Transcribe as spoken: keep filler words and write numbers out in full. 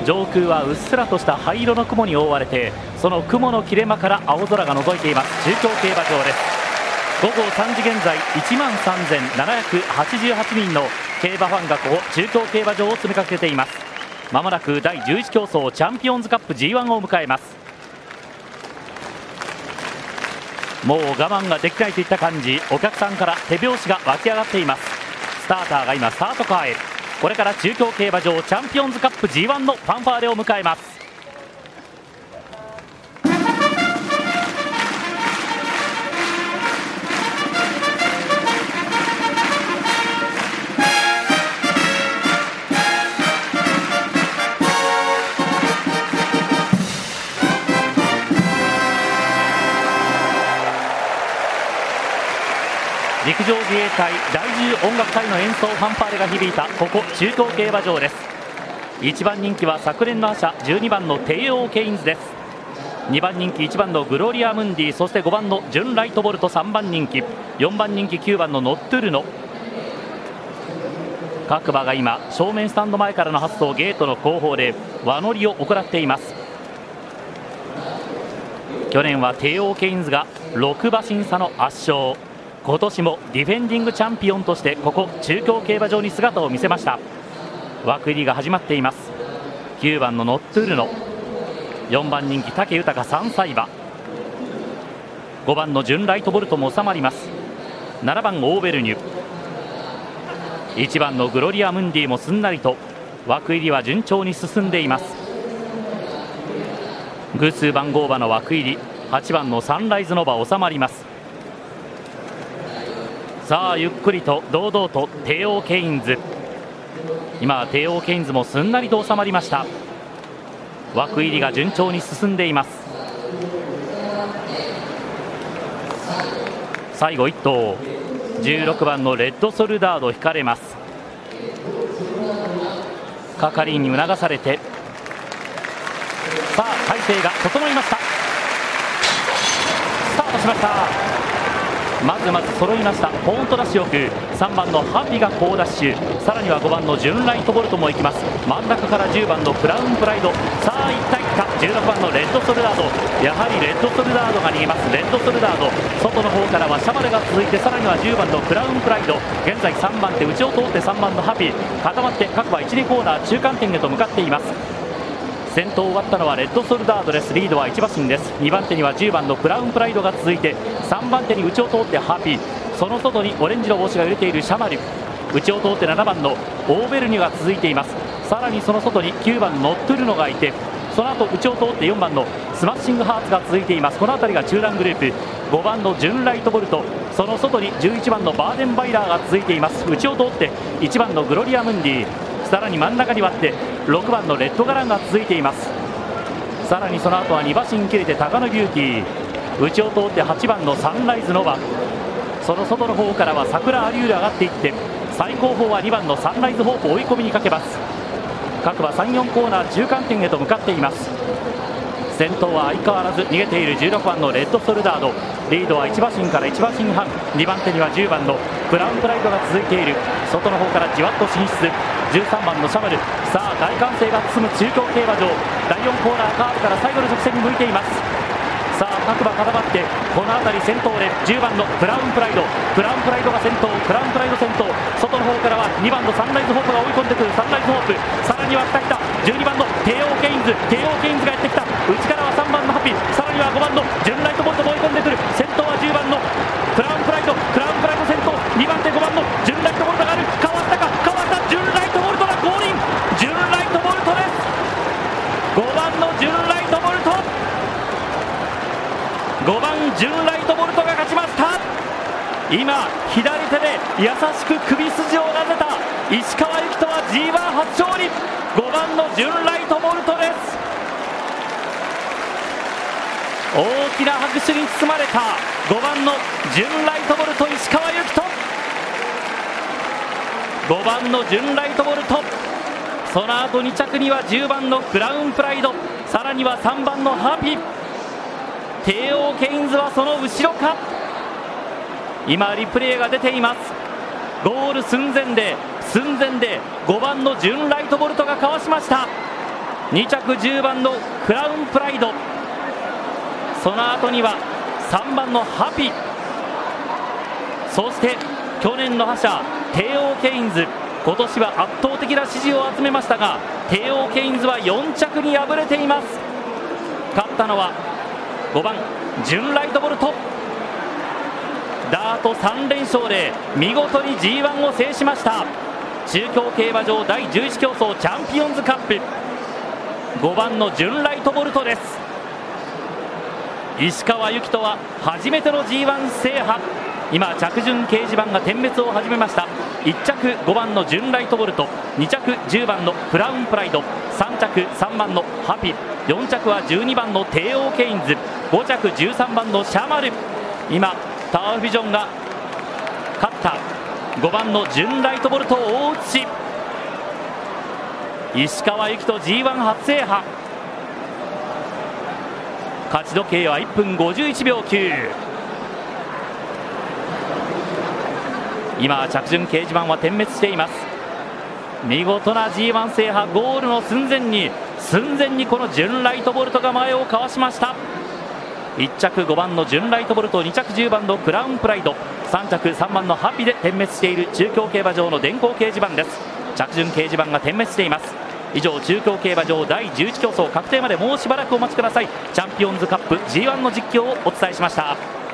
上空はうっすらとした灰色の雲に覆われて、その雲の切れ間から青空が覗いています中京競馬場です。午後さんじ現在、いちまんさんぜんななひゃくはちじゅうはちにんの競馬ファンがここ中京競馬場を詰めかけています。まもなくだいじゅういち競争チャンピオンズカップ ジーワン を迎えます。もう我慢ができないといった感じ、お客さんから手拍子が湧き上がっています。スターターが今スタートカーへ。これから中京競馬場チャンピオンズカップ ジーワン のファンファーレを迎えます。陸上自衛隊第じゅう音楽隊の演奏ファンファーレが響いたここ中京競馬場です。いちばん人気は昨年の覇者じゅうにばんの帝王ケインズです。にばん人気いちばんのグロリアムンディ、そしてごばんのジュンライトボルト、さんばん人気よんばん人気きゅうばんのノットゥルノ。各馬が今正面スタンド前からの発走ゲートの後方で輪乗りを行っています。去年は帝王ケインズがろく馬身差の圧勝、今年もディフェンディングチャンピオンとしてここ中京競馬場に姿を見せました。枠入りが始まっています。きゅうばんのノットゥルノ、よんばん人気武豊さんさい馬、ごばんのジュンライトボルトも収まります。ななばんオーベルニュ、いちばんのグロリアムンディもすんなりと枠入りは順調に進んでいます。偶数番号馬の枠入り、はちばんのサンライズノバ収まります。さあゆっくりと堂々と帝王ケインズ、今帝王ケインズもすんなりと収まりました。枠入りが順調に進んでいます。最後いっ頭じゅうろくばんのレッドソルダード引かれます。係員に促されて、さあ体勢が整いました。スタートしました。まずまず揃いました。ポーンとダッシュよくさんばんのハピが好ダッシュ、さらにはごばんのジュンライトボルトも行きます。真ん中からじゅうばんのクラウンプライド、さあいったいったじゅうろくばんのレッドソルダード、やはりレッドソルダードが逃げます。レッドソルダード、外の方からはシャバレが続いて、さらにはじゅうばんのクラウンプライド、現在さんばん手内を通ってさんばんのハピ固まって各馬いち、にコーナー中間点へと向かっています。先頭を割ったのはレッドソルダードです。リードはいち馬身です。にばん手にはじゅうばんのクラウンプライドが続いて、さんばん手に内を通ってハピー、その外にオレンジの帽子が揺れているシャマリュ、内を通ってななばんのオーベルニュが続いています。さらにその外にきゅうばんノットゥルノがいて、その後内を通ってよんばんのスマッシングハーツが続いています。この辺りが中段グループ、ごばんのジュンライトボルト、その外にじゅういちばんのバーデンバイラーが続いています。内を通っていちばんのグロリアムンディ、さらに真ん中に割ってろくばんのレッドガランが続いています。さらにその後はに馬身切れて高野ビューティー、内を通ってはちばんのサンライズノバ、その外の方からは桜アリュール上がっていって、最後方はにばんのサンライズホープ追い込みにかけます。各馬さん、よんコーナー中間点へと向かっています。先頭は相変わらず逃げているじゅうろくばんのレッドソルダード、リードはいち馬身からいち馬身半、にばん手にはじゅうばんのクラウンプライドが続いている。外の方からじわっと進出、じゅうさんばんのシャバル、さあ大歓声が包む中京競馬場、だいよんコーナーカーブから最後の直線に向いています。さあ各馬固まって、この辺り先頭でじゅうばんのクラウンプライド、クラウンプライドが先頭、クラウンプライド先頭、外の方からはにばんのサンライズホープが追い込んでくる。サンライズホープ、さらには来た来たじゅうにばんの帝王ケインズ、帝王ケインズがやってきた。内からはさんばんのハピ、さらにはごばんのジュンライトボルトも追い込んでくる。先頭はじゅうばんのクラウンプライド、クラウンプライド先頭、にばん手ごばんのジュンライトボルトがある。変わったか、変わった。ジュンライトボルトが降臨、ジュンライトボルトです。ごばんのジュンライトボルト、ごばんジュンライトボルトが勝ちました。今左手で優しく首筋をなでた石川由紀人は ジーワン 初勝利、ごばんのジュンライトボルトです。大きな拍手に包まれたごばんのジュンライトボルト、石川由紀人、ごばんのジュンライトボルト、その後に着にはじゅうばんのクラウンプライド、さらにはさんばんのハピ、帝王ケインズはその後ろか。今リプレイが出ています。ゴール寸前で寸前でごばんのジュンライトボルトがかわしました。 に着じゅうばんのクラウンプライド、その後にはさんばんのハピ、そして去年の覇者テオーケインズ、今年は圧倒的な支持を集めましたが、テオーケインズはよん着に敗れています。勝ったのはごばんジュンライトボルト。ダートさん連勝で見事に ジーワン を制しました。中京競馬場だいじゅういち競争チャンピオンズカップ、ごばんのジュンライトボルトです。石川由紀人は初めての ジーワン 制覇。今着順掲示板が点滅を始めました。いっ着ごばんのジュンライトボルト、に着じゅうばんのクラウンプライド、さん着さんばんのハピ、よん着はじゅうにばんのテオーケインズ、ご着じゅうさんばんのシャマル。今タワービジョンが勝ったごばんのジュンライトボルトを大写し、石川由紀人 ジーワン 初制覇。勝ち時計はいっぷんごじゅういちびょうきゅう。今着順掲示板は点滅しています。見事な ジーワン 制覇、ゴールの寸前に寸前にこのジュンライトボルトが前をかわしました。いっ着ごばんのジュンライトボルト、に着じゅうばんのクラウンプライド、さん着さんばんのハピで点滅している中京競馬場の電光掲示板です。着順掲示板が点滅しています。以上、中京競馬場だいじゅういち競争確定までもうしばらくお待ちください。チャンピオンズカップ ジーワン の実況をお伝えしました。